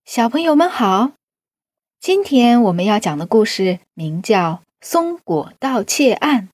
小朋友们好，今天我们要讲的故事名叫《松果盗窃案》。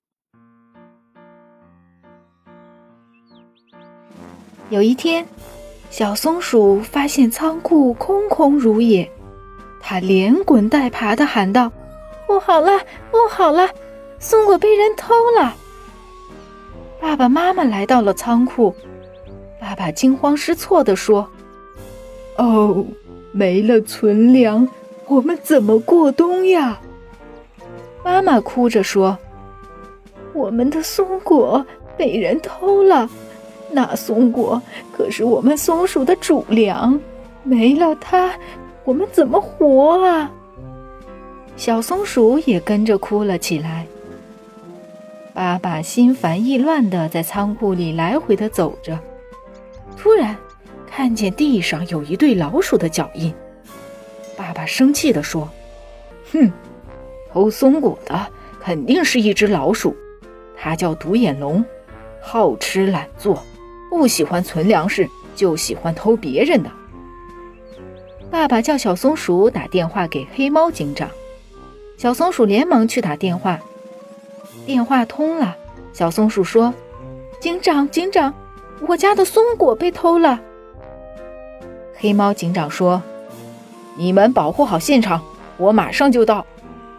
有一天，小松鼠发现仓库空空如也，它连滚带爬地喊道：不好了，不好了，松果被人偷了！爸爸妈妈来到了仓库，爸爸惊慌失措地说：哦，没了存粮，我们怎么过冬呀？妈妈哭着说：我们的松果被人偷了，那松果可是我们松鼠的主粮，没了它，我们怎么活啊？小松鼠也跟着哭了起来。爸爸心烦意乱地在仓库里来回地走着，突然看见地上有一对老鼠的脚印。爸爸生气地说：哼，偷松果的肯定是一只老鼠，它叫独眼龙，好吃懒做，不喜欢存粮食，就喜欢偷别人的。爸爸叫小松鼠打电话给黑猫警长，小松鼠连忙去打电话。电话通了，小松鼠说：警长，我家的松果被偷了。黑猫警长说：你们保护好现场，我马上就到。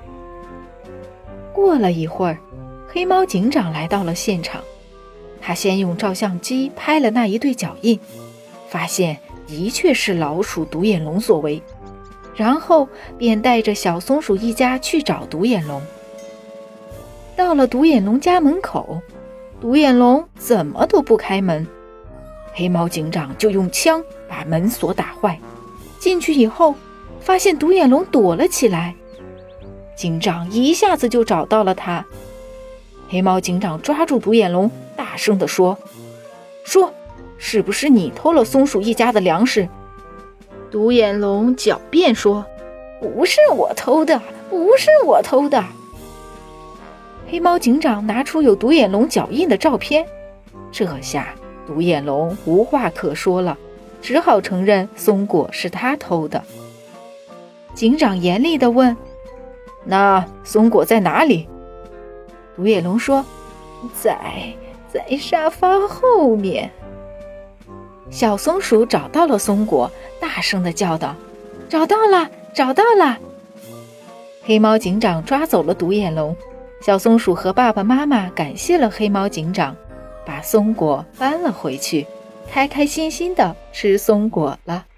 过了一会儿，黑猫警长来到了现场，他先用照相机拍了那一对脚印，发现的确是老鼠独眼龙所为，然后便带着小松鼠一家去找独眼龙。到了独眼龙家门口，独眼龙怎么都不开门，黑猫警长就用枪把门锁打坏。进去以后，发现独眼龙躲了起来，警长一下子就找到了他。黑猫警长抓住独眼龙，大声地说：是不是你偷了松鼠一家的粮食？独眼龙狡辩说：不是我偷的，不是我偷的。黑猫警长拿出有独眼龙脚印的照片，这下独眼龙无话可说了，只好承认松果是他偷的。警长严厉地问：那松果在哪里？独眼龙说：在沙发后面。小松鼠找到了松果，大声地叫道：找到了，找到了！黑猫警长抓走了独眼龙，小松鼠和爸爸妈妈感谢了黑猫警长，把松果搬了回去，开开心心地吃松果了。